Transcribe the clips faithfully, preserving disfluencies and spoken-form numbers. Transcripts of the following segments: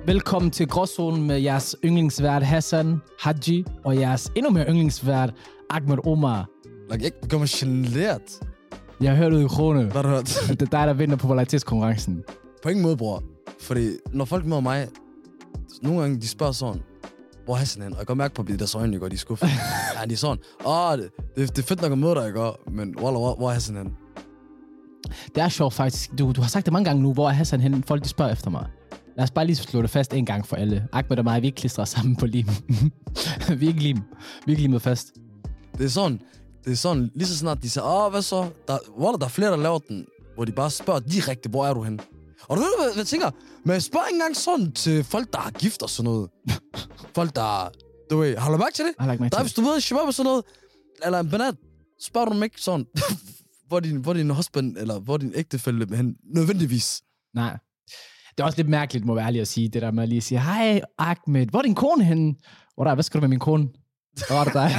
Velkommen til Gråzonen med jeres yndlingsvært Hassan Haji og jeres endnu mere yndlingsvært Ahmed Omar. Like, ikke, det gør mig generet. Jeg har hørt ud i krone. Hvad har du hørt? Det er dig, der vinder popularitetskonkurrencen. På ingen måde, bror. Fordi når folk møder mig, nogle gange de spørger sådan, hvor er Hassan hen? Og jeg kan mærke på deres øjne, ikke? Og de er skuffet. Ja, de er sådan, åh, det, det, det er fedt nok at møde dig, ikke? Men Wallah, hvor, hvor er Hassan hen? Det er sjovt faktisk. Du, du har sagt det mange gange nu, hvor er Hassan hen? Folk de spørger efter mig. Lad os bare lige slå det fast en gang for alle. Ahmed og mig, vi ikke klistrer sammen på lim. vi er ikke lim. Vi er ikke limet fast. Det er sådan, det er sådan, lige så snart de siger, åh, hvad så? Der, Wallah, der er flere, der laver den, hvor de bare spørger direkte, hvor er du henne? Og du ved, hvad, hvad jeg tænker? Men jeg spørger ikke engang sådan til folk, der har gift og sådan noget. Folk, der... Du ved, har du mærke til det? Jeg har der er, hvis du ved, shabab og sådan noget, eller en banat, spørger du dem ikke sådan, hvor din, hvor din husband, eller hvor din ægtefælle hen, nødvendigvis. Nej. Det er også lidt mærkeligt, må være ærlig at sige, det der med at lige sige, hej Ahmed, hvor er din kone henne? Hvor der, hvad skal du med min kone? Hvor er det dig?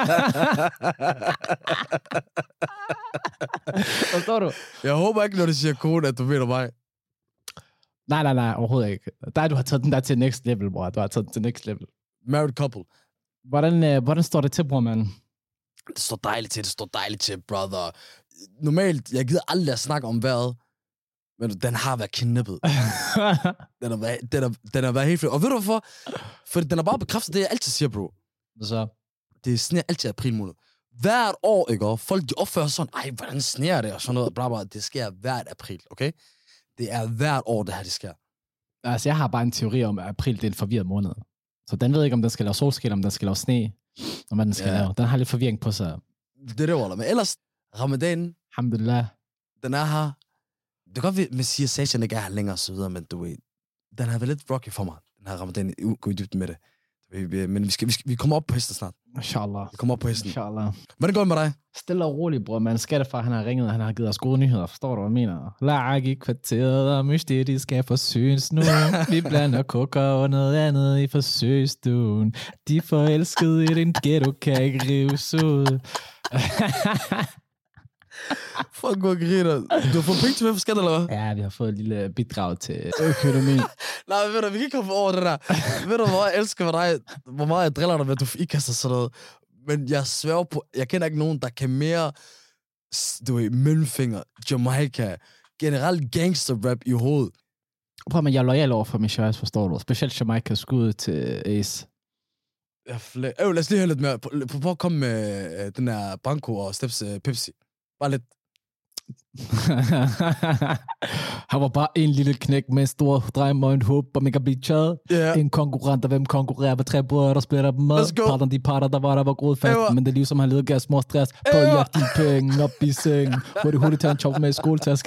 Forstår du? Jeg håber ikke, når du siger kone, at du mener mig. Nej, nej, nej, overhovedet ikke. Der, du har taget den der til next level, bror. Du har taget den til next level. Married couple. Hvordan, øh, hvordan står det til, bror, mand? Det står dejligt til, det står dejligt til, brother. Normalt, jeg gider aldrig at snakke om vejret, men den har været kidnappet. den, har været, den, har, den har været helt fed. Og ved du hvorfor? Fordi den har bare bekræftet det, jeg altid siger, bro. Så? Det sneer altid april måned. Hvert år, ikke? Og folk de opfører sådan, ej, hvordan sneer det? Og sådan noget, bla, bla. Det sker hvert april, okay? Det er hvert år, det her, det sker. Altså, jeg har bare en teori om, at april det er en forvirret måned. Så den ved ikke, om den skal lave solskin, om den skal lave sne, om hvad den skal ja. lave. Den har lidt forvirring på sig. Det er det, Wallah. Men ellers, Ramadan, alhamdulillah, den er her. Det kan godt være, at man siger, at Sasha ikke er her længere og så videre, men du ved, den har været lidt rocky for mig, den her Ramadan, gå i dybden med det. Men vi, skal, vi, skal, vi kommer op på hesten snart. Inshallah. Vi kommer op på hesten. Inshallah. Hvordan går det med dig? Stille og roligt, bror. Man skattefar, han har ringet, og han har givet os gode nyheder. Forstår du, hvad jeg mener? Lag i kvarteret, og mysteriet skal forsynes nu. Vi blander kokker og noget andet i forsøgstuen. De forelskede i din ghetto kan ikke rives ud. Fuck, hvor griner. Du har fået penge til med for skat, eller hvad? Ja, vi har fået et lille bidrag til økonomi. Nej, ved du, vi kan ikke komme over det der. Ved du, hvor jeg elsker med dig, hvor meget jeg driller dig med, at du ikke kaster sådan noget. Men jeg sværger på, jeg kender ikke nogen, der kan mere, du ved, mellemfinger, Jamaica, generelt gangster-rap i hovedet. Prøv at jeg er lojal over for min choice, forstår du? Specielt Jamaica skud til Ace. Ja, flæ... Øh, lad os lige høre lidt mere. Prøv at komme med den der Branko og Steps uh, Pepsi. Bare lidt. Han var bare en lille knæk med en stor drejm og en håb, og man kan blive tjad. Yeah. En konkurrent, og hvem konkurrerer på tre brødre, der splitter dem med. Parterne, de parter, der var der var groet fast, Ewa. Men det er ligesom, han leder gas små stress på jagt i penge, op i seng. Hurtigt, hurtigt, tage en chop med i skoletask.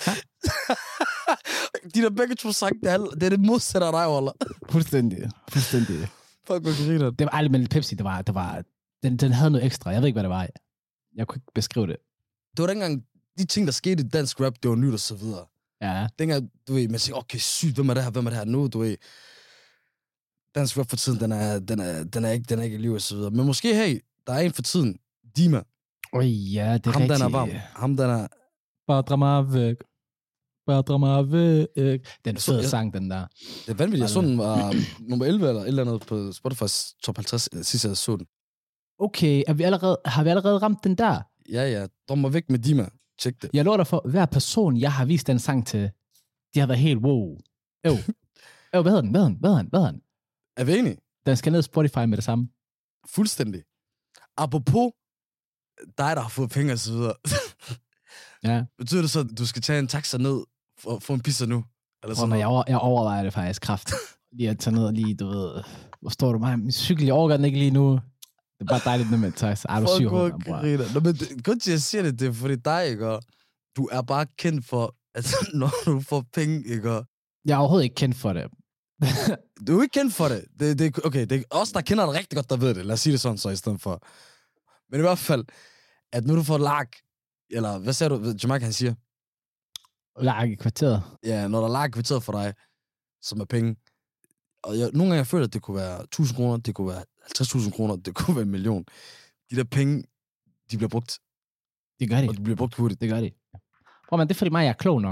De der begge to sagt, det er det, er det modsatte af dig, Wallah. Fuldstændig, fuldstændig. Fuck, hvor griner. Det var aldrig med Pepsi, det var, det var, den, den havde noget ekstra. Jeg ved ikke, hvad det var. Jeg kunne ikke beskrive det. Det var dengang, de ting, der skete i dansk rap, det var nyt og så videre. Ja. Dengang, du ved, man siger, okay, sygt, hvem er det her, hvem er det her nu, du ved. Dansk rap for tiden, den er, den er, den er ikke, den er ikke i liv og så videre. Men måske, hey, der er en for tiden, Dima. Oj, ja, det er Ham, rigtigt. den er varm. Ham, den er... Bare drama væk. Bare drama væk. Den er fed sang, den der. Det er vanvittigt. Jeg så den var nummer elleve eller et eller andet på Spotify's top halvtreds, sidst jeg så den. Okay, er vi allerede, har vi allerede ramt den der? Ja, ja. Drømmer væk med Dima. Tjek det. Jeg lover dig for, hver person, jeg har vist den sang til, de har været helt wow. Jo. Jo, hvad hedder den? Hvad hedder den? Hvad hedder den? Hvad hedder den? Er vi enige? Den skal ned Spotify med det samme. Fuldstændig. Apropos dig, der har fået penge og så videre. Ja. Betyder det så, at du skal tage en taxa ned og få en pizza nu? Eller Prøv, jeg, over, jeg overvejer det faktisk kraftigt. Lige at tage ned og lige, du ved, hvor står du mig? Min cykel, jeg overgår den ikke lige nu. Det er bare dejligt med en taxa. Ej, du er syg, bror. Men grunden til, at jeg siger det, det er fordi dig, ikke? Du er bare kendt for, at når du får penge, ikke? Jeg er overhovedet ikke kendt for det. Du er ikke kendt for det. det, det okay, det er os, der kender dig rigtig godt, der ved det. Lad os sige det sådan så i stedet for. Men i hvert fald, at nu du får lag, eller hvad siger du, Jamaica han siger? Lag i kvarteret. Ja, når der er lag i kvarteret for dig, som er penge. Og jeg, nogle gange jeg føler, at det kunne være tusind kroner, det kunne være halvtreds tusind kroner, det kunne være en million. De der penge, de bliver brugt. Det gør de. Og de bliver brugt hurtigt. Det gør de. Prøv man, det er fordi mig, jeg er klog nok.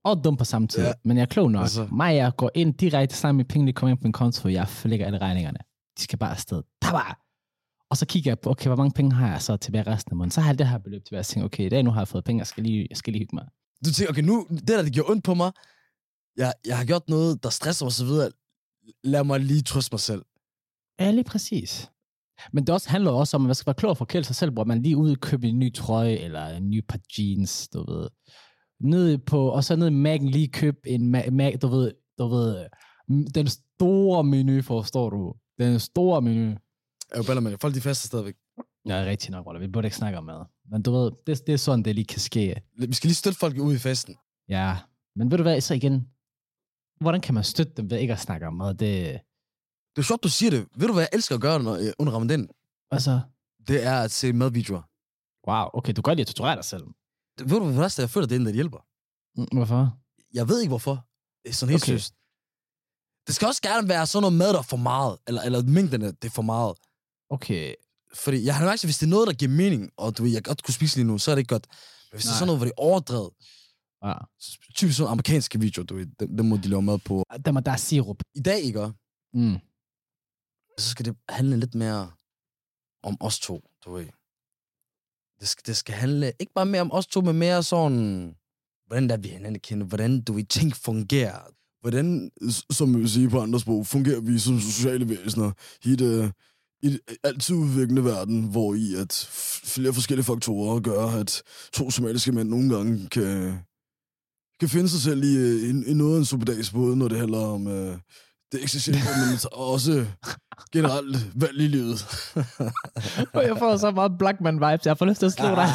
og dum på samme tid. Ja. Men jeg er klog nok. Altså. Mig, jeg går ind direkte sammen med pengene, kommer ind på min konto, jeg forlægger alle regningerne. De skal bare afsted. Tabba! Og så kigger jeg på, okay, hvor mange penge har jeg så tilbage resten af måneden? Så har jeg det her beløb til at tænke, okay, i dag nu har jeg fået penge, jeg skal lige, jeg skal lige hygge mig. Du tænker, okay, nu, det der, det gjorde ondt på mig, jeg, jeg har gjort noget, der stresser mig og så videre. Lad mig lige trøste mig selv. Ja, lige præcis. Men det også handler også om, at man skal være klog for at kælde sig selv, hvor man lige ude og købe en ny trøje, eller en ny par jeans, du ved. Nede på, og så nede i Mac'en lige købe en Mac, du ved, du ved, den store menu, forstår du? Den store menu. Jeg er jo bedre med det. Folk de faster stadigvæk. Ja, det er rigtig nok, Roller. Vi burde ikke snakke om mad. Men du ved, det, det er sådan, det lige kan ske. Vi skal lige støtte folk ud i festen. Ja, men ved du hvad, så igen, hvordan kan man støtte dem ved ikke at snakke om mad? Det, det er sjovt, du siger det. Ved du, hvad jeg elsker at gøre når, under ramadan? Hvad så? Det er at se madvideoer. Wow, okay, du gør lige at torturere dig selv. Det, ved du, hvad det er? Jeg føler, det er en, der hjælper. Hvorfor? Jeg ved ikke, hvorfor. Det er sådan helt okay. Seriøst. Det skal også gerne være sådan noget mad, der er for meget. Eller, eller mængderne, det er for meget. Okay. Fordi jeg har nok hvis det er noget, der giver mening, og du ved, jeg godt kunne spise lige nu, så er det ikke godt. Men hvis Nej. Det er sådan noget, hvor det er overdrevet, ja. Typisk sådan amerikanske videoer, du ved, dem, dem må de lave mad på. Dem er der sirup. I dag, ikke? Mm. Så skal det handle lidt mere om os to, du ved. Det skal, det skal handle ikke bare mere om os to, men mere sådan, hvordan der vi hinanden kender, hvordan du ved, ting fungerer. Hvordan, som vi siger på andre sprog, fungerer vi som sociale væsener i et, i et altid udviklende verden, hvor i at flere forskellige faktorer gør, at to somaliske mænd nogle gange kan, kan finde sig selv i, i, i noget af en suppedags, både når det handler om uh, det eksistentielle, men også generelt valg i livet. Jeg får så meget Blackman-vibes, jeg får lyst til at slå dig.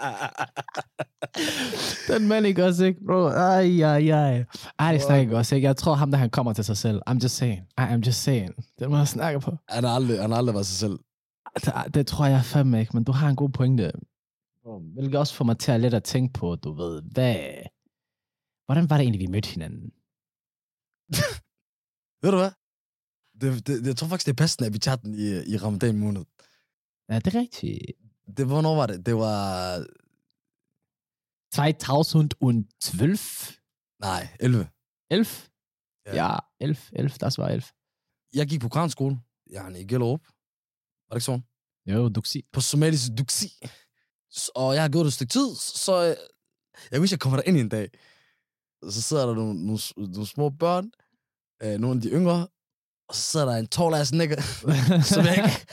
Den mand ikke også, ikke, bro? Ej, ej, ej. Ej, det snakker også, ikke? Jeg tror ham, der han kommer til sig selv. I'm just saying. I'm just saying. Det må jeg snakke på. Han har aldrig, han har aldrig været sig selv. Det, det tror jeg fandme ikke, men du har en god pointe. Hvilket også får mig til at lidt at tænke på, du ved, hvad... Hvordan var det egentlig, vi mødte hinanden? Ved du hvad? Det, det, jeg tror faktisk, det er passende, at vi tager den i, i ramadan måned. Ja, det er rigtigt. Det, hvornår var det? Det var... to tusind tolv? Nej, elleve. elleve? Ja, ja elleve, elleve, das var elleve. Jeg gik på koranskole. Jeg er i Gellerup. Var det ikke sådan? Jo, Duxi. På somalisk Duxi. Og jeg har gået et stykke tid, så jeg, jeg vidste, jeg kommer der ind en dag. Så sidder der nogle, nogle, nogle små børn, øh, nogle af de yngre, og så sidder der en tall ass nigger, som jeg ikke...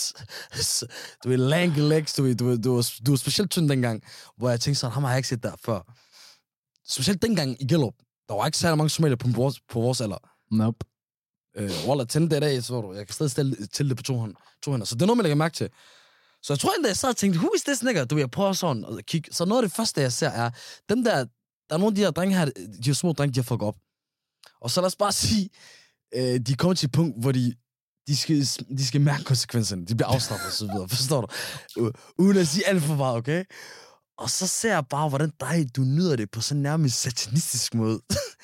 Du er lanky legs, du, du, du, var, du var specielt tynd dengang, hvor jeg tænkte sådan, ham har jeg ikke set der før. Specielt dengang i Gellerup, der var ikke særlig mange somalier på vores, på vores alder. Nope. Øh, Wallah, tænde det i dag, så du, jeg kan stadig stille til det på to, hånd, to hænder. Så det er noget, man lægger mærke til. Så jeg tror endda, jeg sad og tænkte, who is this nigger? Du, jeg prøver sådan at kigge. Så noget af det første, jeg ser, er, dem der, der er nogle af de her drenge her, de her små drenge, de har fucket op. Og så lad os bare sige, øh, de kommer til et punkt, hvor de, de, skal, de skal mærke konsekvenserne. De bliver afstraffet og så videre, forstår du? U- uden at sige alt for meget, okay? Og så ser jeg bare, hvordan dig, du nyder det på sådan nærmest satanistisk måde.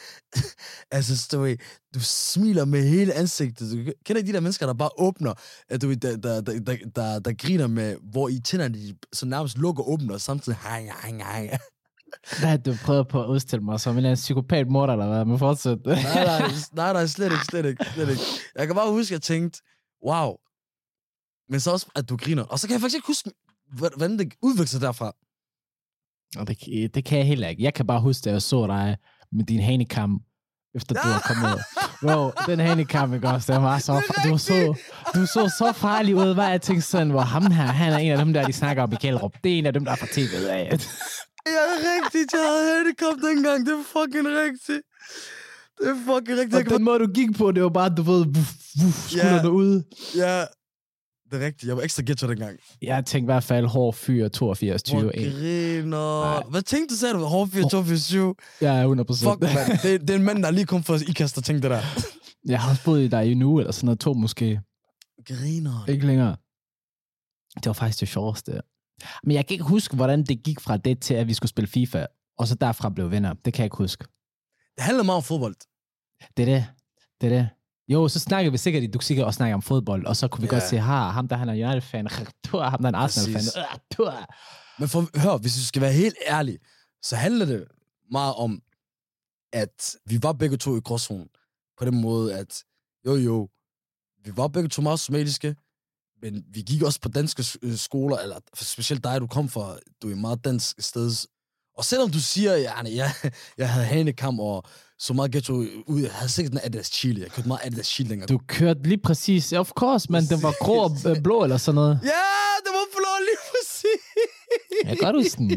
Altså, du, du smiler med hele ansigtet. Du kender de der mennesker, der bare åbner, at du, der, der, der, der, der, der griner med, hvor i tænderne de så nærmest lukker og åbner, og samtidig hang, hang, hang. Nej, du prøver på at udstille mig som en eller anden psykopat morder, eller hvad? Men fortsæt. nej, nej, nej, nej, slet ikke, slet ikke, slet ikke. Jeg kan bare huske, at jeg tænkte, wow. Men så også, at du griner. Og så kan jeg faktisk ikke huske, hvordan det udvikler sig derfra. Og det, det kan jeg heller ikke. Jeg kan bare huske, at jeg så dig med din hanekam, efter du var kommet ud. Bro, den hanekam, ikke også? Det var så, du, så, du så så farlig ud, hvad jeg tænkte sådan, hvor ham her, han er en af dem der, de snakker om i Gellerup. Det er en af dem, der er fra T V'et af. Ja, det er rigtigt. Jeg havde hanekam dengang. Det er fucking rigtigt. Det er fucking rigtigt. Og den måde, du gik på, det var bare, du ved, wuff, wuff, skuldrene ja, ude. Ja, det er rigtigt. Jeg var ekstra ghetto dengang. Jeg tænkte i hvert fald hård fyr toogfirs tyve. Hvor griner. Hvad tænkte du, sagde du? Hård fyr toogfirs tyve? Ja, hundrede procent. Fuck, man. Det, det er en mand, der lige kom for ikast og tænkte det der. Jeg har også boet i dig i en uge, eller sådan noget, to måske. Griner. Ikke længere. Det var faktisk det sjoveste. Men jeg kan ikke huske, hvordan det gik fra det til, at vi skulle spille FIFA, og så derfra blev venner. Det kan jeg ikke huske. Det handler meget om fodbold. Det er det. Det er det. Jo, så snakker vi sikkert i Duxika og snakker om fodbold, og så kunne vi yeah. godt sige, ha, ham der han er United-fan, ham der er en Arsenal-fan. Men for, hør, hvis du skal være helt ærlig, så handler det meget om at vi var begge to i gråzonen. På den måde, at jo jo, vi var begge to meget somaliske, men vi gik også på danske skoler, eller specielt dig, du kom fra, du er i meget dansk sted. Og selvom du siger, at ja, jeg, jeg havde hanekam og så meget ghetto ud, jeg havde sikkert en Adidas Chili. Jeg kørte meget Adidas Chili længere. Du kørte lige præcis, of course, men den var grå og blå eller sådan noget. Ja, det var blå lige præcis. Jeg kan godt huske den.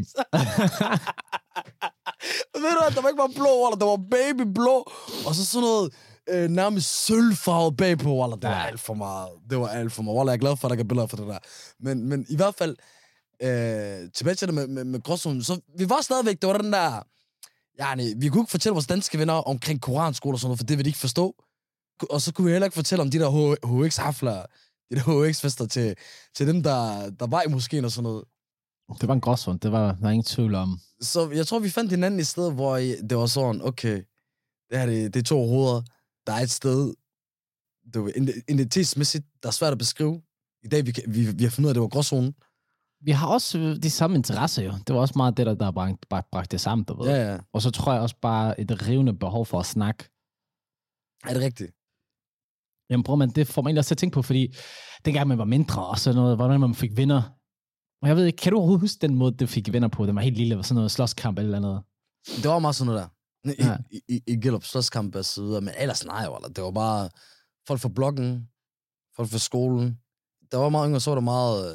Ved du hvad, der var ikke bare blå, eller der var babyblå, og så sådan noget øh, nærmest sølvfarvet bagpå, eller det var alt for meget. Det var alt for meget. Wallah, jeg er glad for, at der kan billeder for det der. Men, men i hvert fald, øh, tilbage til det med, med, med gråzonen, så vi var stadigvæk, det var den der, ja, nej, vi kunne ikke fortælle vores danske venner omkring koranskoler og sådan noget, for det ville de ikke forstå. Og så kunne vi heller ikke fortælle om de der H X-hafler, de der H X-fester til, til dem, der, der var i moskeen og sådan noget. Det var en gråzone, det var der ingen tvivl om. Så jeg tror, vi fandt hinanden i stedet, hvor det var sådan, okay, det her det, det er to hoveder. Der er et sted, det var identitetsmæssigt, der er svært at beskrive. I dag, vi, vi, vi har fundet ud af, at det var gråzonen. Vi har også de samme interesser jo. Det var også meget det, der, der har bragt, bragt det sammen, du ved. Ja, ja. Og så tror jeg også bare et rivende behov for at snakke. Er det rigtigt? Jamen bror, man, det får man egentlig også til at tænke på, fordi dengang man var mindre og sådan noget, hvordan man fik venner. Og jeg ved ikke, kan du overhovedet huske den måde, du fik venner på? Det var helt lille, var sådan noget slåskamp eller noget. Det var meget sådan noget der. I, ja. i, i, i Gellup slåskamp og så videre, men ellers nej, eller det var bare folk fra bloggen, folk fra skolen. Der var meget yngre, så var der meget...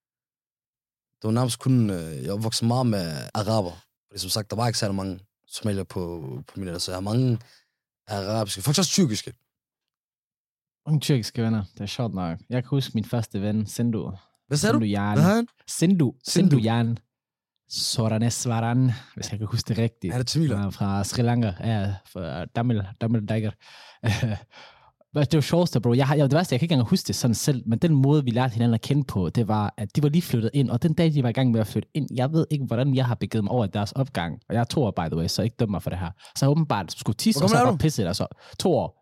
Det var nærmest kun... Jeg var vokset meget med araber. Fordi som sagt, der var ikke særlig mange somalier på, på min alder, så jeg har mange arabiske, faktisk også tyrkiske. Mange tyrkiske venner, det er sjovt nok. Jeg kan huske min første ven, Sendu. Hvad sagde du? Hvad Sendu. Sendu Jan. Soranesvaran, hvis jeg kan huske det rigtigt. Er det tamiler? Fra Sri Lanka. Ja, fra Tamil, Tamil Daigar. Det var sjoveste, bro. Jeg, har, jeg, det værste, jeg kan ikke engang huske det sådan selv, men den måde, vi lærte hinanden at kende på, det var, at de var lige flyttet ind, og den dag, de var i gang med at flytte ind, jeg ved ikke, hvordan jeg har begivet mig over deres opgang, og jeg er to år, by the way, så ikke døm mig for det her. Så jeg åbenbart skulle tisse, og så bare pisse der, så to år.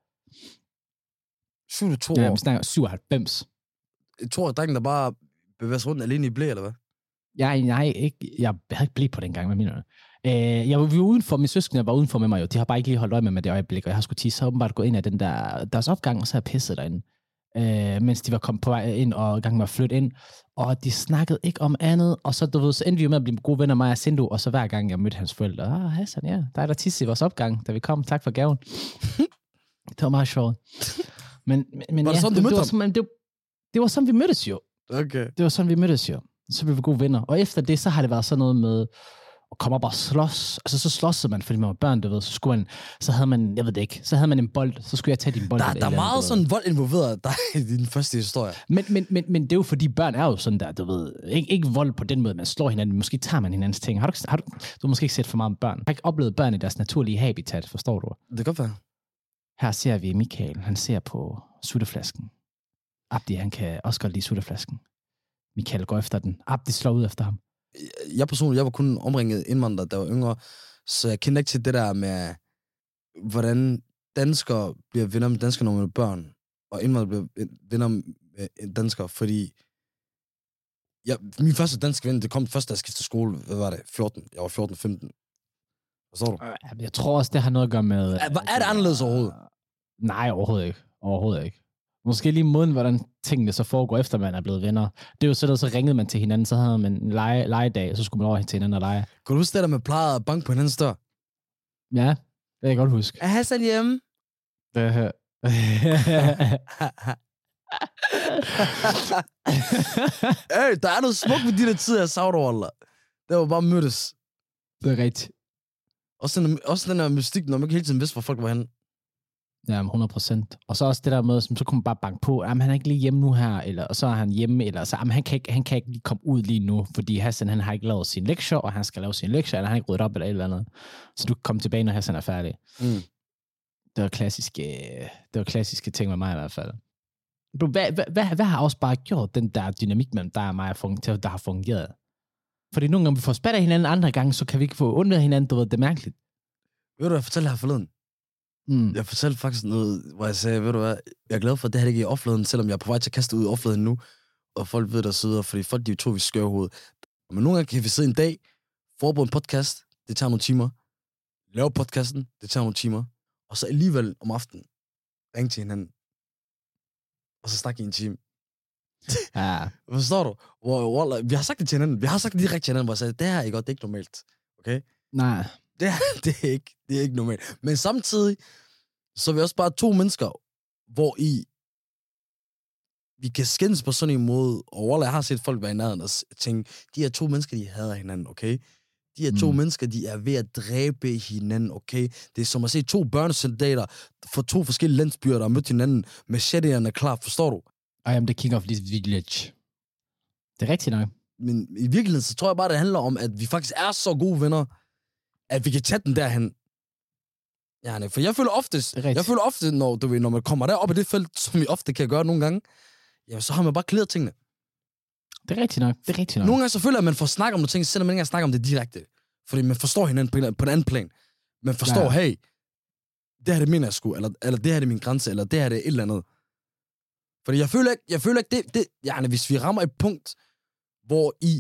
Syv to år? Ja, vi snakker syvoghalvfems. To år, drengen, der bare bevæger sig rundt alene i blæ, eller hvad? Jeg, jeg, ikke, jeg havde ikke blæ på den gang, hvad mener du? Øh, jeg var udenfor, min søskende var udenfor med mig jo. De har bare ikke lige holdt øje med mig det øjeblik, og jeg har skulle tisse, så åbenbart gå ind af den der, deres opgang, og så har jeg pisset derinde. Øh, mens de var kommet på vej ind og i gang med at flytte ind. Og de snakkede ikke om andet, og så, du ved, så endte vi jo med at blive gode venner, mig og Sindu, og så hver gang jeg mødte hans forældre, ah, Hassan, ja, der er der tisse i vores opgang, da vi kom, tak for gaven. Det var meget sjovt. Men, men var det ja, sådan, det, du det, var, ham? det, var, det var sådan, vi mødtes jo. Okay. Det var sådan, vi mødtes jo. Så blev vi gode venner. Og efter det, så har det været sådan noget med at komme op og slås. Altså, så slåsede man, fordi man var børn, du ved. Så skulle man, så havde man, jeg ved det ikke, så havde man en bold, så skulle jeg tage din bold. Der, der er meget sådan vold involveret dig i din første historie. Men, men, men, men det er jo fordi, børn er jo sådan der, du ved. Ikke, ikke vold på den måde, man slår hinanden, men måske tager man hinandens ting. Har du, har du, du har måske ikke set for meget om børn. Jeg har ikke oplevet børn i deres naturlige habitat, forstår du? Det kan godt være. Her ser vi Michael, han ser på sutteflasken. Abdi, han kan også godt lide sutteflasken. Michael går efter den. Abdi slår ud efter ham. Jeg personligt, jeg var kun omringet indvandrere, der var yngre, så jeg kender ikke til det der med, hvordan danskere bliver venner med danskere, når man er børn, og indvandrere bliver venner med danskere, fordi jeg, min første danske ven, det kom først, da jeg skiftede skole, hvad var det, fjorten? Jeg var fjorten femten. Hvad så du? Jeg tror også, det har noget at gøre med... Er, er det anderledes overhovedet? Nej, overhovedet ikke. Overhovedet ikke. Måske lige måden, hvordan tingene så foregår, efter man er blevet venner. Det er jo sådan, så ringede man til hinanden, så havde man en lege, legedag, og så skulle man over til hinanden og lege. Kan du huske det der med plejede at banke på hinandens dør? Ja, det kan jeg godt huske. Er Hassan hjemme? Det her. Hey, der er noget smukt ved de der tider, jeg savner, Wallah. Det var bare mødtes. Det er rigtigt. Også den, også den der mystik, når man ikke hele tiden vidste, hvor folk var henne. Ja, hundrede procent. Og så også det der med, så kunne man bare banke på, at han er ikke lige hjemme nu her, eller og så er han hjemme, eller så han kan, ikke, han kan ikke lige komme ud lige nu, fordi Hassan, han har ikke lavet sin lektier, og han skal lave sin lektier, eller han har ikke ryddet op, eller et eller andet. Så du kan komme tilbage, når Hassan er færdig. Mm. Det var klassiske, det var klassiske ting med mig i hvert fald. Bro, hvad, hvad, hvad, hvad har også bare gjort den der dynamik mellem dig og mig, der har fungeret? Fordi nogle gange, vi får spat af hinanden, andre gange, så kan vi ikke få undværet hinanden, du ved, det er mærkeligt. Ved du, jeg fortalte her forleden? Mm. Jeg fortalte faktisk noget, hvor jeg sagde, ved du hvad, jeg er glad for, at det her ikke er i offentligheden, selvom jeg er på vej til at kaste ud i offentligheden nu, og folk ved der sidder, fordi folk de tror, vi skør hovedet. Men nogle gange kan vi sidde en dag, forberede en podcast, det tager nogle timer, lave podcasten, det tager nogle timer, og så alligevel om aftenen, ringe til hinanden, og så snakke i en time. Ja. Forstår du? Hvor, vi har sagt det til hinanden, vi har sagt det direkte til hinanden, hvor jeg sagde, det her er ikke godt, det er ikke normalt. Okay? Nej. Det, her, det, er ikke, det er ikke normalt. Men samtidig, så er vi også bare to mennesker, hvor i vi kan skændes på sådan en måde, og Wallah, jeg har set folk være i nærheden og tænke, de her to mennesker, de hader hinanden, okay? De her to mm. mennesker, de er ved at dræbe hinanden, okay? Det er som at se to børnesoldater fra to forskellige landsbyer, der har mødt hinanden med shadierne klar, forstår du? I am the king of this village. Det er rigtigt nok. Men i virkeligheden, så tror jeg bare, det handler om, at vi faktisk er så gode venner, at vi kan tage den derhen. Ja, nej, for jeg føler ofte, jeg føler ofte, når, du ved, når man kommer derop i det felt, som vi ofte kan gøre nogle gange, ja, så har man bare klædet tingene. Det er rigtigt nok. Det er rigtigt nok. Nogle gange så føler jeg, at man får snakket om nogle ting, selvom man ikke engang snakker om det direkte. Fordi man forstår hinanden på en, på en anden plan. Man forstår, ja. Hey, det her det mener jeg sgu, eller, eller det her det er min grænse, eller det her det er et eller andet. Fordi jeg føler ikke, jeg føler ikke det, det ja, hvis vi rammer et punkt, hvor i,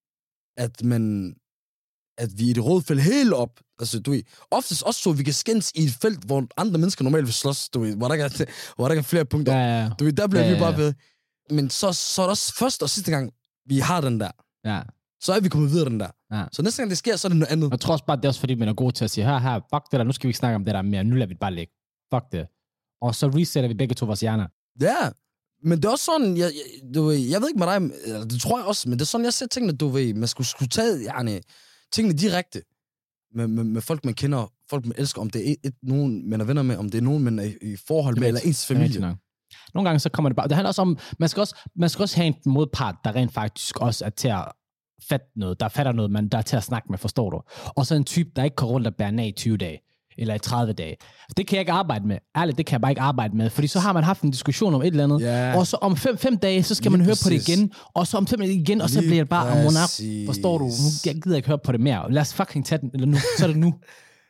at man, at vi i det røde felt helt op, altså du ved, oftest også så, vi kan skændes i et felt, hvor andre mennesker normalt vil slås, du ved, hvor der ikke er, hvor der ikke er flere punkter. Ja, ja. Du ved, der bliver ja, ja, vi bare ved. Men så, så er det også første og sidste gang, vi har den der. Ja. Så er vi kommet videre den der. Ja. Så næste gang det sker, så er det noget andet. Jeg tror også bare, det er også fordi, man er god til at sige, her, her, fuck det der, nu skal vi ikke snakke om det der mere, nu lader vi det bare ligge. Fuck det. Og så resetter vi begge to vores hjerner. Ja, men det er også sådan, jeg, jeg, du ved, jeg ved ikke med dig, eller det tror jeg også, men det er sådan, jeg ser tingene, du ved, man skulle, skulle tage yani, tingene direkte med, med, med folk, man kender, folk, man elsker, om det er et, et, nogen, man er venner med, om det er nogen, man er i, i forhold med, eller ens familie. Nogle gange så kommer det bare, det handler også om, man skal også, man skal også have en modpart, der rent faktisk også er til at fatte noget, der fatter noget, man der er til at snakke med, forstår du? Og så en type, der ikke går rundt og bærer nag i tyve dage, eller i tredive dage. Det kan jeg ikke arbejde med. Ærligt, det kan jeg bare ikke arbejde med, fordi så har man haft en diskussion om et eller andet, yeah. og så om fem, fem dage, så skal Lige man høre præcis. På det igen, og så om fem dage igen, og så Lige bliver det bare ammonak. Forstår du? Nu jeg gider ikke høre på det mere. Lad os fucking tage den, eller nu, så er det nu.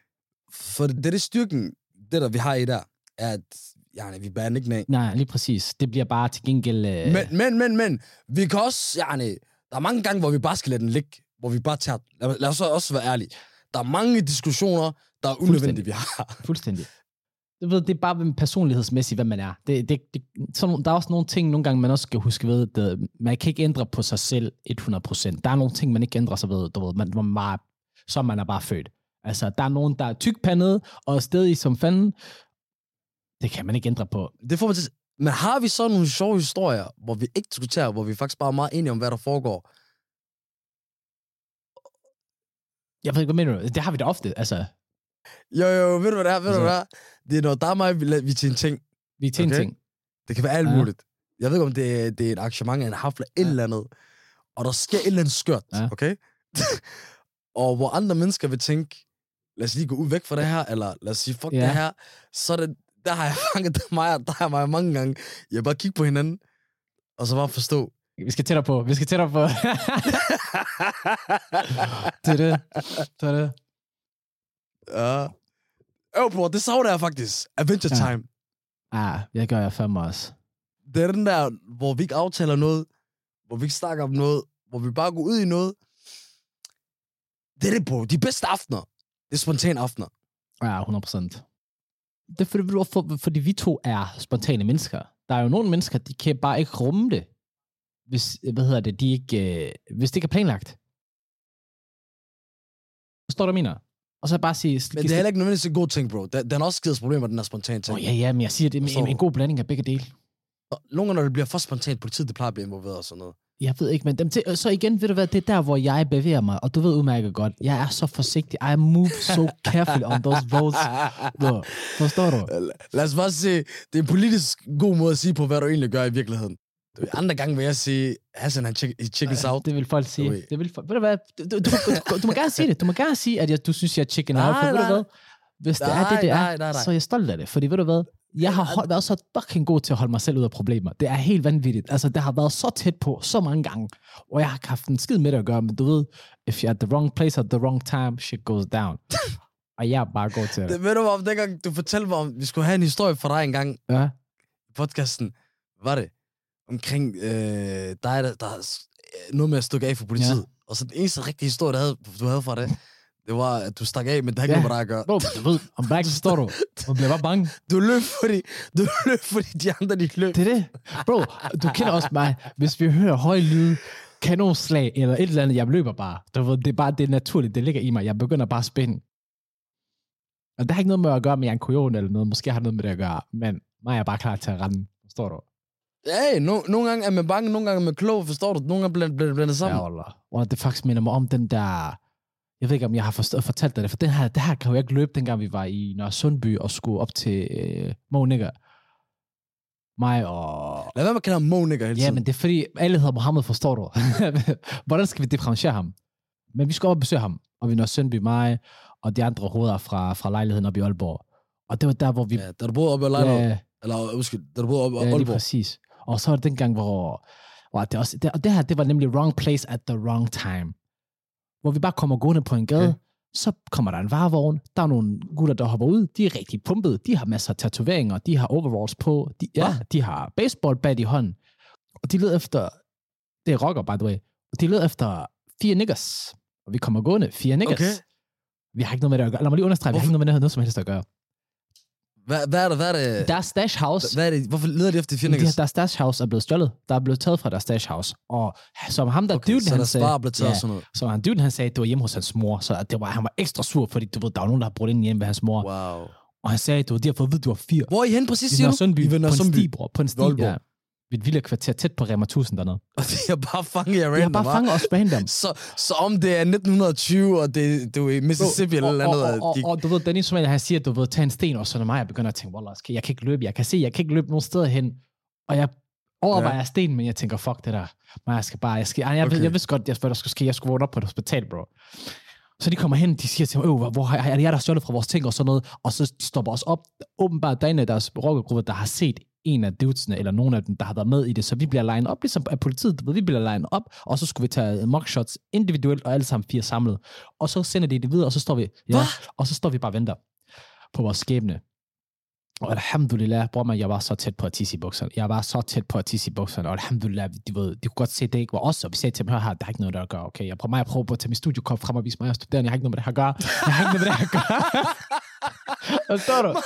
For det er det styrken, det der vi har i der, er at ja, vi bærer ikke nag. Nej, lige præcis. Det bliver bare til gengæld... Øh... Men, men, men, men, vi kan også, ja, der er mange gange, hvor vi bare skal lade den ligge, hvor vi bare tager den. Lad, lad os også være ærlige. Der er mange diskussioner, der er unødvendige, vi har. Fuldstændig. Du ved, det er bare personlighedsmæssigt, hvad man er. Det, det, det, så, der er også nogle ting, nogle gange, man også skal huske ved, at man kan ikke ændre på sig selv hundrede procent. Der er nogle ting, man ikke ændrer sig ved, du ved, man, man bare, så man er bare født. Altså, der er nogen, der er tykpandet og er stedig som fanden. Det kan man ikke ændre på. Det får man til. Men har vi så nogle sjove historier, hvor vi ikke diskuterer, hvor vi faktisk bare er meget enige om, hvad der foregår? Jeg ved ikke, hvad mener du? Det har vi da ofte, altså. Jo, jo, ved du, hvad det er? Ved altså, du, hvad det er? Det er, når der er mig, vi, vi er til en ting. Vi er til okay? en ting. Det kan være alt ja. muligt. Jeg ved ikke, om det er, det er et arrangement, en hafle, ja. et eller andet. Og der sker et eller andet skørt, ja. okay? Og hvor andre mennesker vil tænke, lad os lige gå ud væk fra det her, eller lad os sige, fuck ja. det her. Så er det, der har jeg fanget mig, der har jeg mig mange gange. Jeg bare kigge på hinanden, og så bare forstå. Vi skal tættere på, vi skal tættere på. Det er det. Det er det. Ja. Øh, bror, det savner jeg faktisk. Adventure ja. Time. Ah, det gør jeg fandme også. Det er den der, hvor vi ikke aftaler noget, hvor vi ikke snakker om noget, hvor vi bare går ud i noget. Det er det, bro. De bedste aftener. Det er spontane aftener. Ja, hundrede procent. Det er fordi, for, fordi vi to er spontane mennesker. Der er jo nogle mennesker, de kan bare ikke rumme det, hvis, hvad hedder det, de ikke, øh, hvis det ikke er planlagt. Forstår du, hvad jeg mener? Og så bare sige... Men det er heller ikke nødvendigvis en god ting, bro. Den har også skidt problemer, den her spontane ting. Oh, ja, ja, men jeg siger, det er en, en god blanding af begge dele. Nogle gange, når det bliver for spontant, politiet, det plejer at blive involveret og sådan noget. Jeg ved ikke, men dem til, så igen, ved du hvad, det er der, hvor jeg bevæger mig, og du ved udmærket godt, jeg er så forsigtig, I move so carefully on those roads. Nå, forstår du? Lad os bare se, det er en politisk god måde at sige på, hvad du egentlig gør i virkeligheden. Andre gange vil jeg sige, Hassan, han chickens out. Det vil folk sige. Det vil folk, ved du hvad, du, du, du, du, du må gerne sige det. Du må gerne sige, at jeg, du synes, jeg er chicken out, for ved du hvad, hvis det nej, er det, det er, nej, nej, nej. så er jeg stolt af det, fordi ved du hvad, jeg har hold, været så fucking god til at holde mig selv ud af problemer. Det er helt vanvittigt. Altså, det har været så tæt på, så mange gange. Og jeg har haft en skid med det at gøre, men du ved, if you're at the wrong place at the wrong time, shit goes down. Og jeg er bare god til det. Det ved du om, dengang du fortalte mig om, vi skulle have en historie for dig engang. Ja. I podcasten, var det omkring øh, dig, der, der noget med at stykke af for politiet. Ja. Og så den eneste rigtige historie, du havde, du havde fra det, Det var, at du stak af, men det har ikke ja. noget med dig at gøre. Bro, du ved, om back, så står du. Man bliver bare bange. Du løb, fordi, du løb, fordi de andre, de løb. Det er det. Bro, du kender også mig. Hvis vi hører høj lyd, kanonslag eller et eller andet, jeg løber bare. Du ved, det er bare det naturligt, det ligger i mig. Jeg begynder bare at spænde. Og det har ikke noget med at gøre med en kujon eller noget. Måske har noget med det at gøre. Men mig er bare klar til at rende. Forstår du? Ja, no, nogle gange er man bange, nogle gange er man klog, forstår du? Nogle gange bliver det blandet sammen. Ja, Allah. Og det faktisk minder mig om den der... Jeg ved ikke, om jeg har forstået, fortalt dig det, for det her, det her kan jo ikke løbe, dengang vi var i Nørre Sundby og skulle op til øh, Mo Nigger. Mig og... Lad være med at kalde ham Mo Nigger hele tiden. Ja, men det er fordi, alle hedder Mohammed, forstår du? Hvordan skal vi differentiere ham? Men vi skal op og besøge ham, og vi er Nørre Sundby, mig og de andre hoveder fra, fra lejligheden op i Aalborg. Og det var der, hvor vi... Ja, da du boede oppe i lejligheden. Ja, eller, undskyld, da du boede oppe i ja, Aalborg. Ja, præcis. Og så var det dengang, hvor... hvor det, også, det, og det her, det var nemlig wrong place at the wrong time. Hvor vi bare kommer gående på en gade, okay. Så kommer der en varevogn, der er nogle gutter, der hopper ud, de er rigtig pumpede, de har masser af tatoveringer, de har overalls på, de, ja, de har baseballbat i hånden, og de leder efter, det er rocker by the way, og de leder efter fire niggers, og vi kommer gående, fire niggers. Okay. Vi har ikke noget med det at gøre, lad mig lige understrege, vi har ikke noget med det noget som helst at gøre. Hvad, hvad er det? Hvad er det? Deres stash house. Hvad er det? Hvorfor leder de efter fire niggers? Deres stash house er blevet stjålet. Der er blevet taget fra deres stash house. Og som ham der okay, duden, han sagde... Så der taget ja, sådan noget. Så han duden, han sagde, at det var hjemme hos hans mor. Så det var, han var ekstra sur, fordi du ved, der var nogen, der har brugt ind hjemme ved hans mor. Wow. Og han sagde, at de har fået at vide, at du var fire. Hvor er I hen præcis, siger du? Sundby, på en sti, bror. På en sti, ja. Ved et vildt kvarter tæt på Rema tusind dernede. Og de har bare fanget jer random, De har bare fanget os random. Så, så om det er nitten tyve, og det, du er i Mississippi eller noget andet... Og, og, og, og du ved, Dennis Somalier, han siger, at du ved, tage en sten, og så når mig, jeg begynder at tænke, wallah, jeg kan ikke løbe, jeg kan se, jeg kan ikke løbe nogen steder hen. Og jeg overvejer ja. sten, men jeg tænker, fuck det der. Men jeg skal bare, jeg skal, jeg, okay. jeg, jeg vidste godt, jeg, hvad der skulle ske, jeg skulle vågne op på et hospital, bro. Så de kommer hen, de siger til mig, hvor, hvor er det jeg, der har stjålet fra vores ting og sådan noget, og så de stopper os op. Åbenbart der er en af deres rockergrupper, der har set en af dudesene, eller nogen af dem, der har været med i det, så vi bliver lined op, ligesom af politiet, vi bliver lined op, og så skulle vi tage mugshots individuelt, og alle sammen fire samlet. Og så sender de det videre, og så står vi, ja, og så står vi bare og venter på vores skæbne. Og alhamdulillah, bror man, jeg var så tæt på at tisse i bukserne. Jeg var så tæt på at tisse i bukserne, og alhamdulillah, de, ved, de kunne godt se, at det ikke var os, og vi sagde til dem, hør her, der er ikke noget, der at gøre, okay? Jeg prøver mig at prøve på at tage min studiekop frem og vise mig, jeg er studerende, jeg har ikke noget med det her at gøre. Jeg har ikke noget med det her at gøre. Hvad står du?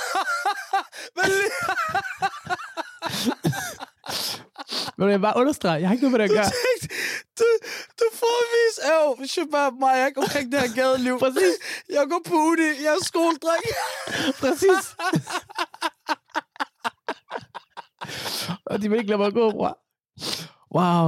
Men jeg bare understrege, jeg har ikke noget med det at gøre. Du, du får at vise, æv, Shabab, mig, jeg går omkring det her gadeliv. Præcis. Jeg går på uni, jeg er skoledreng. Præcis. Og de vil ikke lade mig gå, bror. Wow.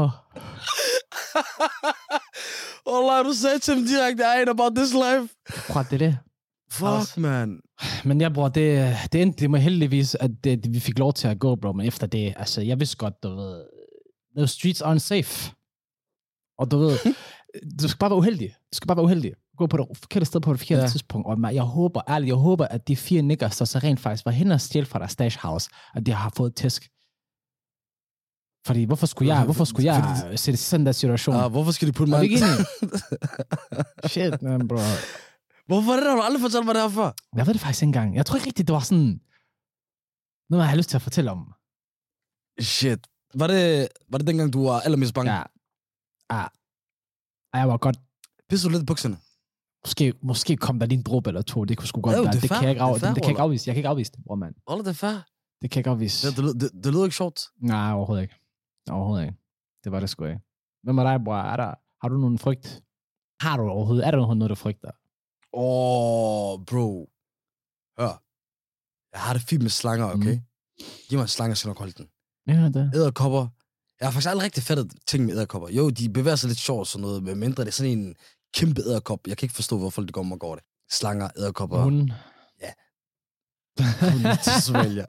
Wallah, du sagde til dem direkte, I ain't about this life. Bror, det er det. Fuck, man. Men jeg bror, det, det endte det mig heldigvis, at det, det, vi fik lov til at gå, bro. Men efter det, altså, jeg vidste godt, du ved, the streets aren't safe. Og du ved, du skal bare være uheldig. Du skal bare være uheldig. Gå på det forkerte sted på det forkerte ja. tidspunkt. Og jeg håber, ærligt, jeg håber, at de fire niggers, der så rent faktisk var hen og stjæle fra deres stash house, at de har fået tæsk. Fordi hvorfor skulle jeg, hvorfor skulle jeg Fordi, sætte sådan der situation? Ah, hvorfor skal de putte mig? Er vi ikke enige? Shit, man, bro. Hvorfor er det, har du aldrig fortalt mig det her før? Jeg ved det faktisk ikke engang. Jeg tror ikke rigtigt, det var sådan noget, jeg har lyst til at fortælle om. Shit. Var det, var det dengang, du var allermest bange? Ja. Ja. Jeg var godt... Pisse du lidt i bukserne? Måske, måske kom der lige en dråbe eller to. Det kunne sgu godt være. Det, det, det, kan jeg ikke, af, det, det kan jeg ikke afvise. Jeg kan ikke afvise det, bror, mand. Olle, det er fair. Det kan jeg ikke afvise. Ja, det, det, det lyder ikke sjovt. Nej, overhovedet ikke. Overhovedet ikke. Det var det sgu ikke. Hvem er dig, bror? Er der, har du nogen frygt? Har du overhovedet? Er der noget, du frygter? Åh, oh, bro. Hør. Jeg har det fint med slanger, okay? Mm. Giv mig en slange, så jeg nok holde den. Ja, det. Edderkopper. Jeg har faktisk aldrig rigtig fattet ting med edderkopper. Jo, de bevæger sig lidt sjovt sådan noget, men mindre det er sådan en kæmpe edderkop. Jeg kan ikke forstå, hvorfor det går om og går det. Slanger, edderkopper. Hunden. Ja. Hunden til svælger.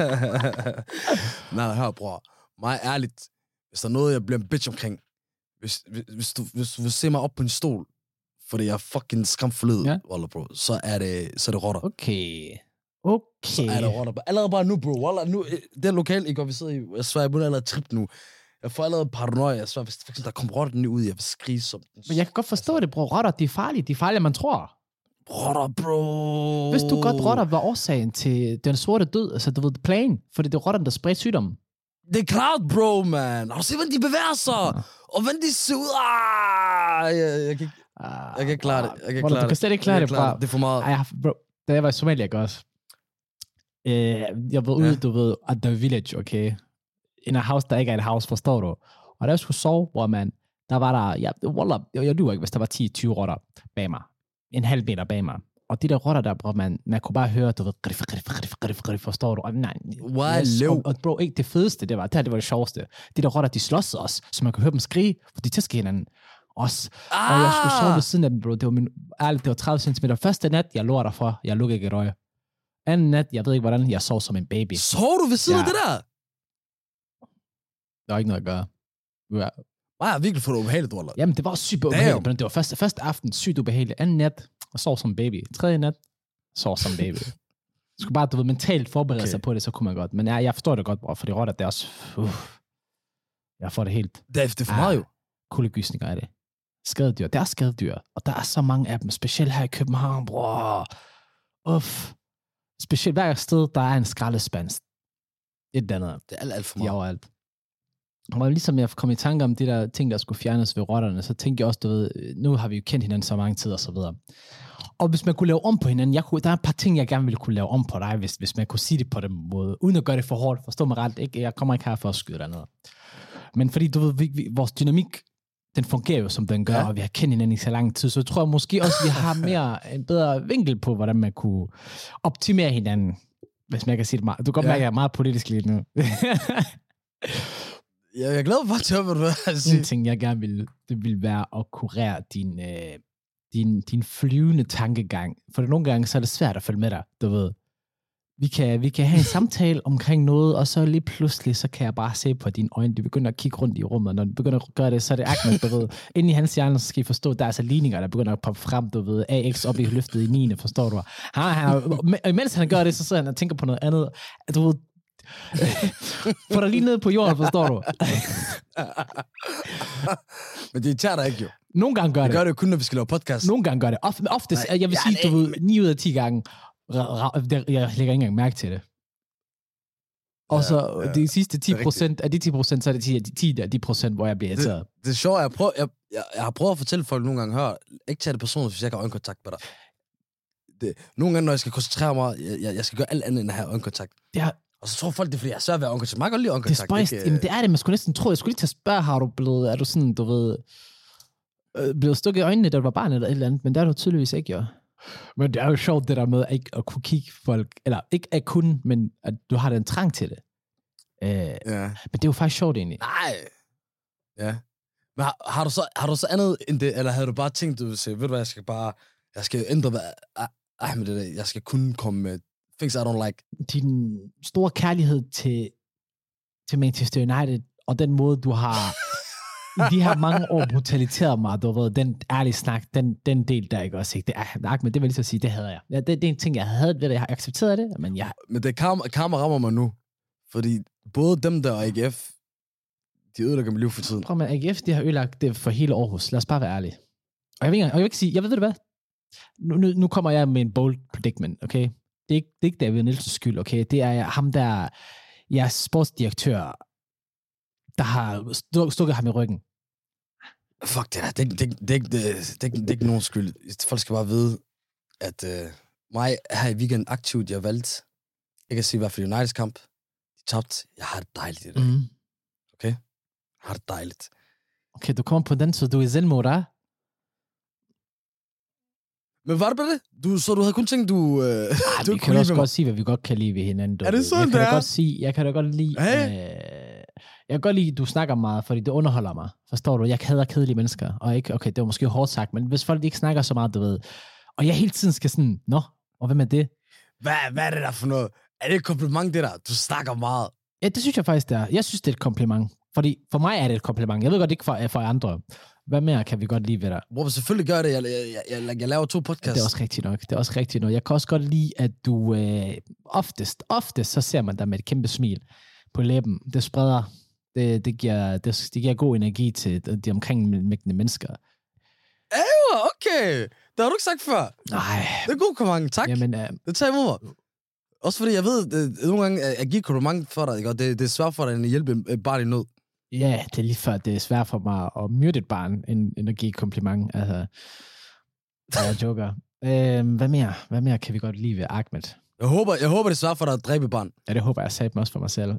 Nej, hør, bror. Mig ærligt, hvis der er noget, jeg bliver en bitch omkring, hvis, hvis, hvis, du, hvis du vil se mig op på en stol, fordi jeg er fucking skræmt forlød, ja. Wallah, bro, så er det, så er det rotter. Okay. Okay. Så er det rotter. Allerede bare nu, bro. Wallah, nu, det er lokalt, ikke? Og vi sidder i, jeg svær, jeg burde allerede trip nu. Jeg får allerede paranoia. Jeg svær, hvis der kommer rotter ud, jeg vil skrige som den. Men jeg kan godt forstå det, bro. Rotter, de er farlige. De er farlige, man tror. Rotter, bro. Hvis du godt rotter var årsagen til den sorte død, altså du ved, plagen, fordi det er rotterne, der spreder sygdommen. Det er klart, bro, man. Har du set, hvordan de bevæger sig? Ja. Og hvordan de ser ud? Ah, jeg, jeg kan ikke... Jeg kan ikke klare det. Jeg kan bro, klare du kan slet ikke klare det, bro. Det er for meget. Ej, bro, da jeg var i Somalia, ikke også? Øh, jeg var ude, ja. du ved, at the village, okay? In a house, der ikke er et house, forstår du? Og da jeg skulle sove, hvor man, der var der, ja, wallah, jeg, jeg lyver ikke, hvis der var ti til tyve rotter bag mig. En halv meter bag mig. Og de der rotter der, bro, man, man kunne bare høre, du ved, grif, grif, grif, grif, grif, forstår du? Og nej, wow. og, og bro, ikke det fedeste, det var, det her, det var det sjoveste. De der rotter, de slås os, så man kunne høre dem skrige, for de tæsker hinanden. Også. Ah. Og jeg skulle sove ved siden af dem, bro. Det var min, ærligt, det var tredive centimeter. Første nat, jeg lå derfor, jeg lukkede ikke et øje. Anden nat, jeg ved ikke, hvordan jeg sov som en baby. Sov du ved siden ja. af det der? Der var ikke noget at gøre. Ja. Nej, jeg virkelig fået det ubehageligt, Wallah. Jamen, det var sygt ubehageligt, men det var første, første aften sygt ubehageligt. Anden nat, og sov som baby. Tredje nat, sov som baby. Du skulle bare, du ved, mentalt forberede okay. sig på det, så kunne man godt. Men ja, jeg forstår det godt, bro, for de rotter, det er også... Uh, jeg får det helt... Det er, det er for meget jo. Kuldegysninger er det. Skadedyr. Det er skadedyr. Og der er så mange af dem, specielt her i København, bror. Uff. Specielt hver sted, der er en skraldespand. Et eller andet. Det er alt, alt for meget. De overalt. Og ligesom jeg kom i tanke om de der ting, der skulle fjernes ved rotterne, så tænkte jeg også, du ved, nu har vi jo kendt hinanden så mange tider og så videre. Og hvis man kunne lave om på hinanden, jeg kunne, der er et par ting, jeg gerne ville kunne lave om på dig, hvis, hvis man kunne sige det på den måde, uden at gøre det for hårdt. Forstå mig ret, ikke? Jeg kommer ikke her for at skyde dig noget. Men fordi, du ved, vi, vi, vores dynamik, den fungerer jo, som den gør, ja. Og vi har kendt hinanden i så lang tid, så jeg tror jeg måske også, vi har mere, en bedre vinkel på, hvordan man kunne optimere hinanden, hvis man kan sige det meget. Du kan godt ja. mærke, at jeg er meget politisk lige nu. Jeg er glad for at høre, hvad du vil sige. En ting, jeg gerne vil, det vil være at kurere din, øh, din, din flyvende tankegang. For nogle gange, så er det svært at følge med dig, du ved. Vi kan, vi kan have en samtale omkring noget, og så lige pludselig, så kan jeg bare se på dine øjne. De begynder at kigge rundt i rummet. Når de begynder at gøre det, så er det Ahmed, du ved. Inde i hans hjerne, så skal I forstå, der er altså ligninger, der begynder at poppe frem, du ved. A X op i løftet i niende, forstår du? Han, han, mens han gør det, så sidder han og tænker på noget andet. Du ved, få dig lige ned på jorden, forstår du? Men det tager dig ikke, jo. Nogle gange gør det. Det gør det jo kun, når vi skal lave podcast. Nogle gange gør det. Of, oftest, Nej, jeg vil ja, sige, du ved, ni ud af ti gange, jeg lægger ikke engang mærke til det. Og så ja, ja. de sidste ti procent, af de ti procent, så er det ti af de, ti af de procent, hvor jeg bliver irriteret. Det, det er sjovt, jeg, prøver, jeg, jeg, jeg har prøvet at fortælle folk nogle gange, hør, ikke tage det personligt, hvis jeg ikke har øjenkontakt med dig. Det, nogle gange, når jeg skal koncentrere mig, jeg, jeg skal gøre alt andet, end at have øjenkontakt. Ja. Og så tror folk, det er fordi, jeg sørger ved øjenkontakt. Man kan godt lide øjenkontakt. Det er spøjst. Jamen, det er det, man skulle næsten tro. Jeg skulle lige til at spørge, har du blevet, er du sådan, du ved, øh, blevet stukket i øjnene, da du var barn eller et eller andet, men det er du tydeligvis ikke, jo. Men det er jo sjovt, det der med ikke at kunne kigge folk, eller ikke at kunne, men at du har den trang til det. Øh, ja. Men det er jo faktisk sjovt egentlig. Nej. Ja. Men har, har, du så, har du så andet end det, eller havde du bare tænkt, du vil sige, ved du hvad, jeg skal bare, jeg skal ændre, hvad, ah, med det der, jeg skal kun komme med things I don't like. Din store kærlighed til, til Manchester United, og den måde, du har i de her mange år brutaliteret mig, du ved, den ærlige snak, den, den del der, ikke også, ikke? Det er, men det vil jeg lige så sige, det havde jeg. Ja, det, det er en ting, jeg havde ved det, jeg har accepteret det, men jeg... Men det karma, karma rammer mig nu, fordi både dem der og A G F, de ødelægger mit liv for tiden. Prøv med, A G F, de har ødelagt det for hele Aarhus. Lad os bare være ærlige. Og jeg vil ikke, og jeg vil ikke sige, jeg ved, ved du hvad? Nu, nu, nu kommer jeg med en bold predicament, okay? Det er ikke, det er ikke David Nielsens skyld, okay? Det er ham, der jeres sportsdirektør, der har stukket ham i ryggen. Fuck det der. Det, det, det, det, det, det, det er ikke nogen skyld. Folk skal bare vide, at uh, mig her i weekend aktivt, jeg valgte, jeg kan sige i hvert fald Uniteds kamp, de tabte. Jeg har det dejligt i dag. Mm. Okay? Jeg har det dejligt. Okay, du kommer på den, så du er i selvmord, der? Men var det bare det? Du, så du havde kun tænkt, du... Øh, Ej, du vi kan også godt sige, hvad vi godt kan lide ved hinanden. Du. Er det sådan, jeg kan det da godt sige, jeg kan da godt lide... Hey. Øh, jeg kan godt lide, at du snakker meget, fordi det underholder mig. Forstår du? Jeg hader kedelige mennesker. Og ikke, okay, det var måske hårdt sagt, men hvis folk ikke snakker så meget, du ved... Og jeg hele tiden skal sådan, nå, og hvem er det? Hvad, hvad er det der for noget? Er det et kompliment, det der? Du snakker meget. Ja, det synes jeg faktisk, det er. Jeg synes, det er et kompliment. Fordi for mig er det et kompliment. Jeg ved godt ikke for, for andre. Hvad mere kan vi godt lide ved dig? Bro, selvfølgelig gør det. Jeg, jeg, jeg, jeg laver to podcasts. Det er også rigtigt nok. Det er også rigtigt nok. Jeg kan også godt lide, at du øh, oftest, oftest, så ser man dig med et kæmpe smil på læben. Det spreder. Det, det, giver, det, det giver god energi til de omkringliggende mennesker. Æh, okay. Det har du ikke sagt før. Nej. Det er god kompliment. Tak. Jamen, øh, det tager imod mig. Også fordi jeg ved, at nogle gange, at jeg giver kompliment for dig, ikke? Og det, det er svært for dig at hjælpe et barn i nød. Ja, det er lige før, det er svært for mig at myrde et barn, end, end at give kompliment. Altså, jeg joker. Øhm, hvad mere? Hvad mere kan vi godt lide ved Ahmed? Jeg håber, jeg håber det er svært for dig at dræbe barn. Ja, det håber jeg sagt mig også for mig selv.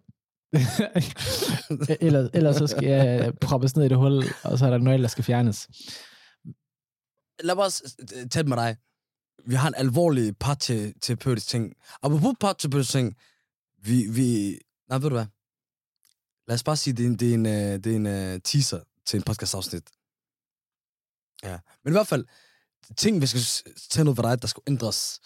ellers, ellers så skal jeg proppes ned i det hul, og så er der noget, der skal fjernes. Lad mig også tage det med dig. Vi har en alvorlig parterapeutisk ting. Apropos parterapeutisk ting, vi, vi... Nej, ved du hvad? Lad os bare sige, det er en, det er en, det er en uh, teaser til en podcast-afsnit. Ja, men i hvert fald, ting, vi skal tage noget for dig, der skal ændres.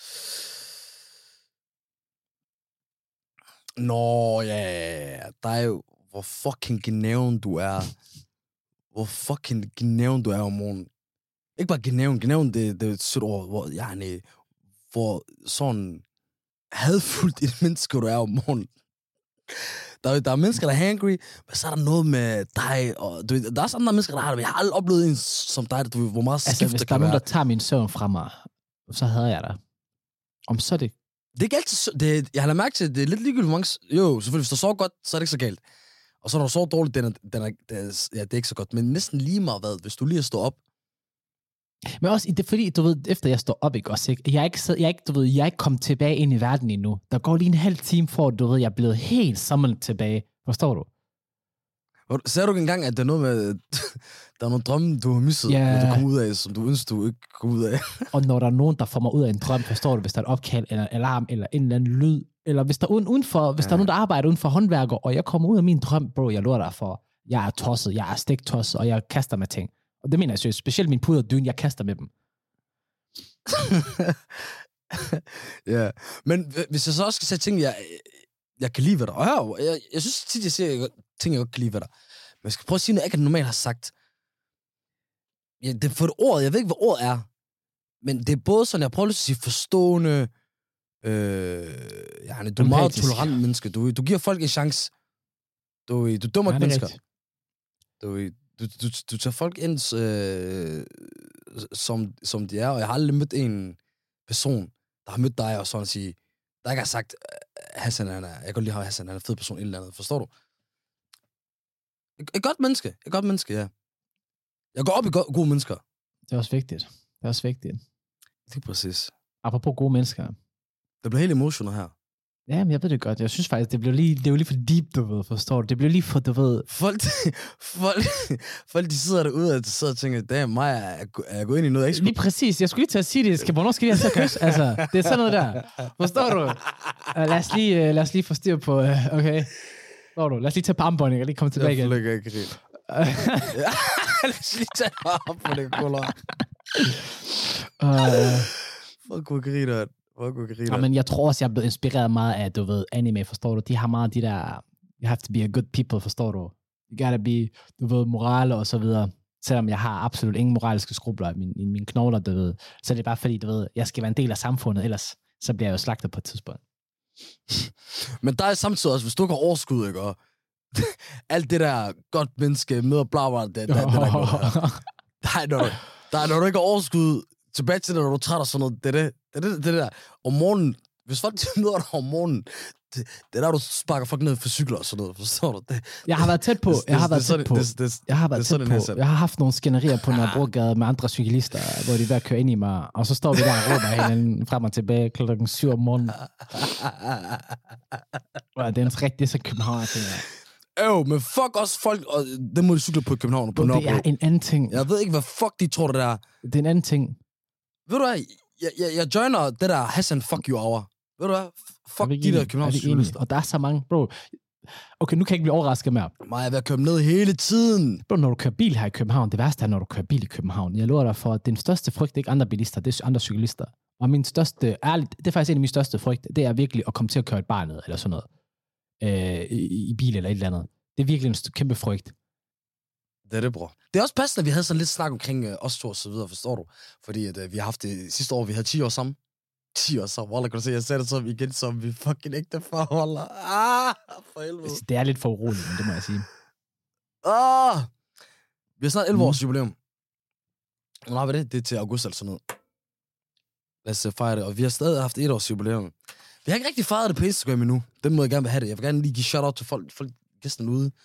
Nå, ja, der er jo, hvor fucking genæven du er. Hvor fucking genæven du er om morgenen. Ikke bare genæven, genæven, det, det er et sødt ord, hvor, ja, nej, hvor sådan hadfuldt et menneske du er om morgenen. Der, der er mennesker, der er hangry, men så er der noget med dig, og du, der er også andre mennesker, der har det. Jeg har aldrig oplevet en som dig, du, hvor meget altså, hvis der er nogen, der tager min søvn fra mig, så havde jeg dig. Om så er det... Det er ikke altid... Det, jeg har lagt mærke til, at det er lidt ligegyldigt mange... Jo, selvfølgelig, hvis du sover godt, så er det ikke så galt. Og så når du sover dårligt, den er, den er, den er, ja, det er ikke så godt. Men næsten lige meget hvad, hvis du lige har stået op. Men også, det er fordi, du ved, efter jeg står op, ikke også, ikke? Jeg er ikke, jeg er ikke, du ved, jeg er ikke kommet tilbage ind i verden endnu. Der går lige en halv time for, at du ved, jeg er blevet helt samlet tilbage. Forstår du? Sagde du ikke engang, at der er noget med, der er nogle drømme, du har misset, yeah. når du kommer ud af, som du ønsker, du ikke kommer ud af? Og når der er nogen, der får mig ud af en drøm, forstår du, hvis der er et opkald, eller en alarm, eller en eller anden lyd, eller hvis der er, uden, udenfor, hvis ja. der er nogen, der arbejder uden for håndværker, og jeg kommer ud af min drøm, bro, jeg lover dig for, jeg er tosset, jeg er stiktosset, og jeg kaster med ting. Og det mener jeg seriøst, specielt min puderdyn, jeg kaster med dem. Ja, men hvis jeg så også skal sige ting, jeg, jeg kan lide ved dig, og her, jeg, jeg synes tit, jeg siger ting, jeg godt kan lide ved dig, men jeg skal prøve at sige noget, jeg ikke normalt har sagt. Ja, det er for et ord, jeg ved ikke, hvad ordet er, men det er både sådan, jeg prøver at sige forstående, øh, ja, du er meget tolerant menneske, du, du giver folk en chance, du, du dømmer ikke mennesker. Du, du, du, du tager folk ind, øh, som, som de er, og jeg har aldrig mødt en person, der har mødt dig og sådan at sige, der ikke har sagt, Hassan, han er, jeg kan godt lide Hassan, han er en fed person, et eller andet, forstår du? Et, et godt menneske, et godt menneske, ja. Jeg går op i go- gode mennesker. Det er også vigtigt. Det er også vigtigt. Det er præcis. Apropos gode mennesker. Det bliver helt emotional her. Ja, men jeg ved det godt. Jeg synes faktisk, det blev lige, det var lige for deep, du ved, forstår du? Det blev lige for, du ved... Folk, folk, folk de sidder derude, og de sidder og tænker, damn, mig er, er jeg gået ind i noget, jeg skulle... Lige præcis. Jeg skulle lige til at sige det. Skal, hvornår skal vi have så cash? Altså, det er sådan noget der. Forstår du? Uh, lad, os lige, uh, lad os lige få styr på... Uh, okay. Forstår du? Lad os lige tage på armbånding og lige komme tilbage igen. Jeg flækker ikke helt. Lad os lige tage på armbånding, kuller. Fuck, hvor griner. Ja, men jeg tror også, jeg er blevet inspireret meget af, du ved, anime, forstår du? De har meget af de der, you have to be a good people, forstår du? You gotta be, du ved, morale og så videre. Selvom jeg har absolut ingen moraliske skrubler i mine, mine knogler, du ved. Så det er bare fordi, du ved, jeg skal være en del af samfundet, ellers så bliver jeg jo slagtet på et tidspunkt. Men der er samtidig også, hvis du ikke har overskud, ikke? Og alt det der godt menneske med og bla bla, det, det, det, det der ikke noget. Der er noget, der er, når du ikke har overskud, tilbage til det, når du er træt og sådan noget, det er det, det, det, det der. Om morgenen, hvis folk møder dig om morgenen, det, det er der, du sparker folk ned for cykler og sådan noget, forstår du det? Jeg har været tæt på, jeg har været tæt på, jeg har været tæt på, jeg har haft nogle skænderier på Nørrebrogade med andre cyklister, hvor de er ved at køre ind i mig, og så står vi der og råber hinanden frem og tilbage klokken syv om morgenen. Det er en rigtig så København, ting her. Øv, men fuck også folk, og det må de cykle på København på Nørrebro. Det er en anden ting. Jeg ved ikke, hvad fuck de tror, det der. Det er en anden ting. Ved du hvad, jeg, jeg, jeg joiner det der Hassan fuck you hour. Ved du hvad, fuck de enig? Der Københavns cyklister. Og der er så mange, bro. Okay, nu kan jeg ikke blive overrasket mere. Nej, jeg er ved at køre ned hele tiden. Bro, når du kører bil her i København, det værste er, når du kører bil i København. Jeg lover dig for, at den største frygt, det er ikke andre bilister, det er andre cyklister. Og min største, ærligt, det er faktisk en af mine største frygt, det er virkelig at komme til at køre et barn ned, eller sådan noget. Øh, i, I bil eller et eller andet. Det er virkelig en kæmpe frygt. Det er det, bror. Det er også passende, at vi havde sådan lidt snak omkring uh, os to og så videre, forstår du? Fordi at, uh, vi har haft det sidste år, vi havde ti år sammen. ti år sammen. Wallah, kan du se, jeg sagde det som igen, som vi fucking ægte forholder. Ah, for helvede. Det er lidt for uroligt, men det må jeg sige. Ah, vi har snart elleve mm. års jubilæum. Hvornår har vi det? Det er til august eller sådan noget. Lad os uh, fejre det. Og vi har stadig haft et års jubilæum. Vi har ikke rigtig fejret det på Instagram endnu. Den må jeg gerne have det. Jeg vil gerne lige give shout-out til folk, folk gæsterne ude.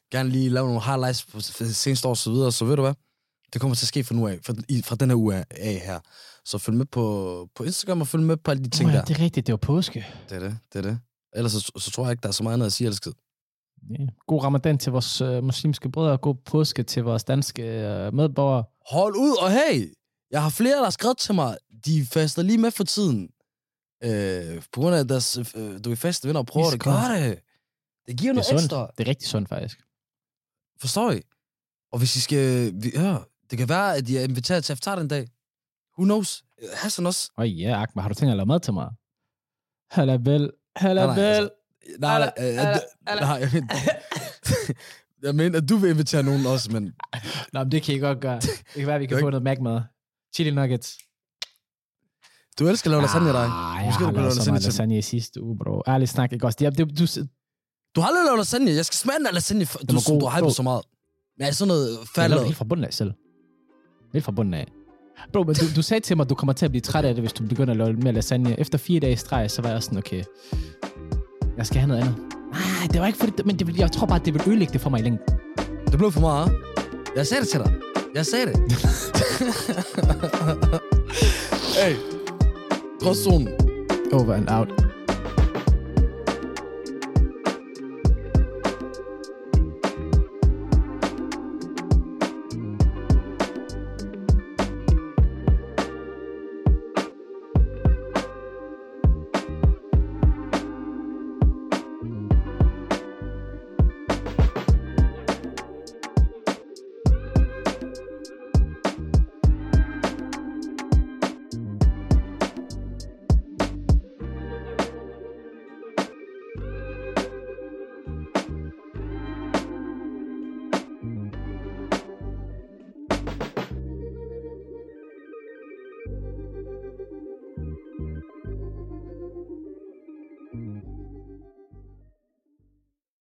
gerne lige lave nogle highlights på seneste år og så videre, så ved du hvad? Det kommer til at ske fra nu af, fra, i, fra den her uge af her. Så følg med på, på Instagram og følg med på alle de ting oh, ja, der. Det er rigtigt, det var påske. Det er det, det er det. Ellers så, så tror jeg ikke, der er så meget andet at sige, elskede. Ja. God ramadan til vores øh, muslimske brødre, og god påske til vores danske øh, medborgere. Hold ud, og hey, jeg har flere, der har skrevet til mig, de faster lige med for tiden. Øh, på grund af deres, øh, du er faste venner og prøver det. Gør det. Det giver noget ekstra. Det er rigtig sundt, faktisk. Forstår I? Og hvis I skal... Vi, ja, det kan være, at de er inviteret til iftar den dag. Who knows? Hassan også. Åh oh, ja, Akbar, har du tænkt at lave mad til mig? Halabel. Halabel. Nej, nej, nej, nej, jeg mener, jeg mener, at du vil invitere nogen også, men... Nå, men det kan I godt gøre. Det kan være, at vi kan få noget Mac-mad. Chili nuggets. Du elsker at lave lasagne, dig. Nej, jeg har lavet så meget lasagne i sidste uge, bro. Ærligt snak, ikke også? Det, det, du, du har aldrig lavet lasagne. Jeg skal smage den lasagne, du, du, du har hypet så meget. Men er sådan noget faldet. Jeg helt fra bunden af selv. Helt fra bunden af. Bro, men du, du sagde til mig, at du kommer til at blive træt af det, hvis du begynder at lave mere lasagne. Efter fire dage i streg, så var jeg sådan, okay, jeg skal have noget andet. Nej, det var ikke fordi, men det, jeg tror bare, at det vil ødelægge det for mig i længden. Det blev for meget, hả? Jeg sagde det til dig. Jeg sagde det. Hey, gråzonen. Over and out.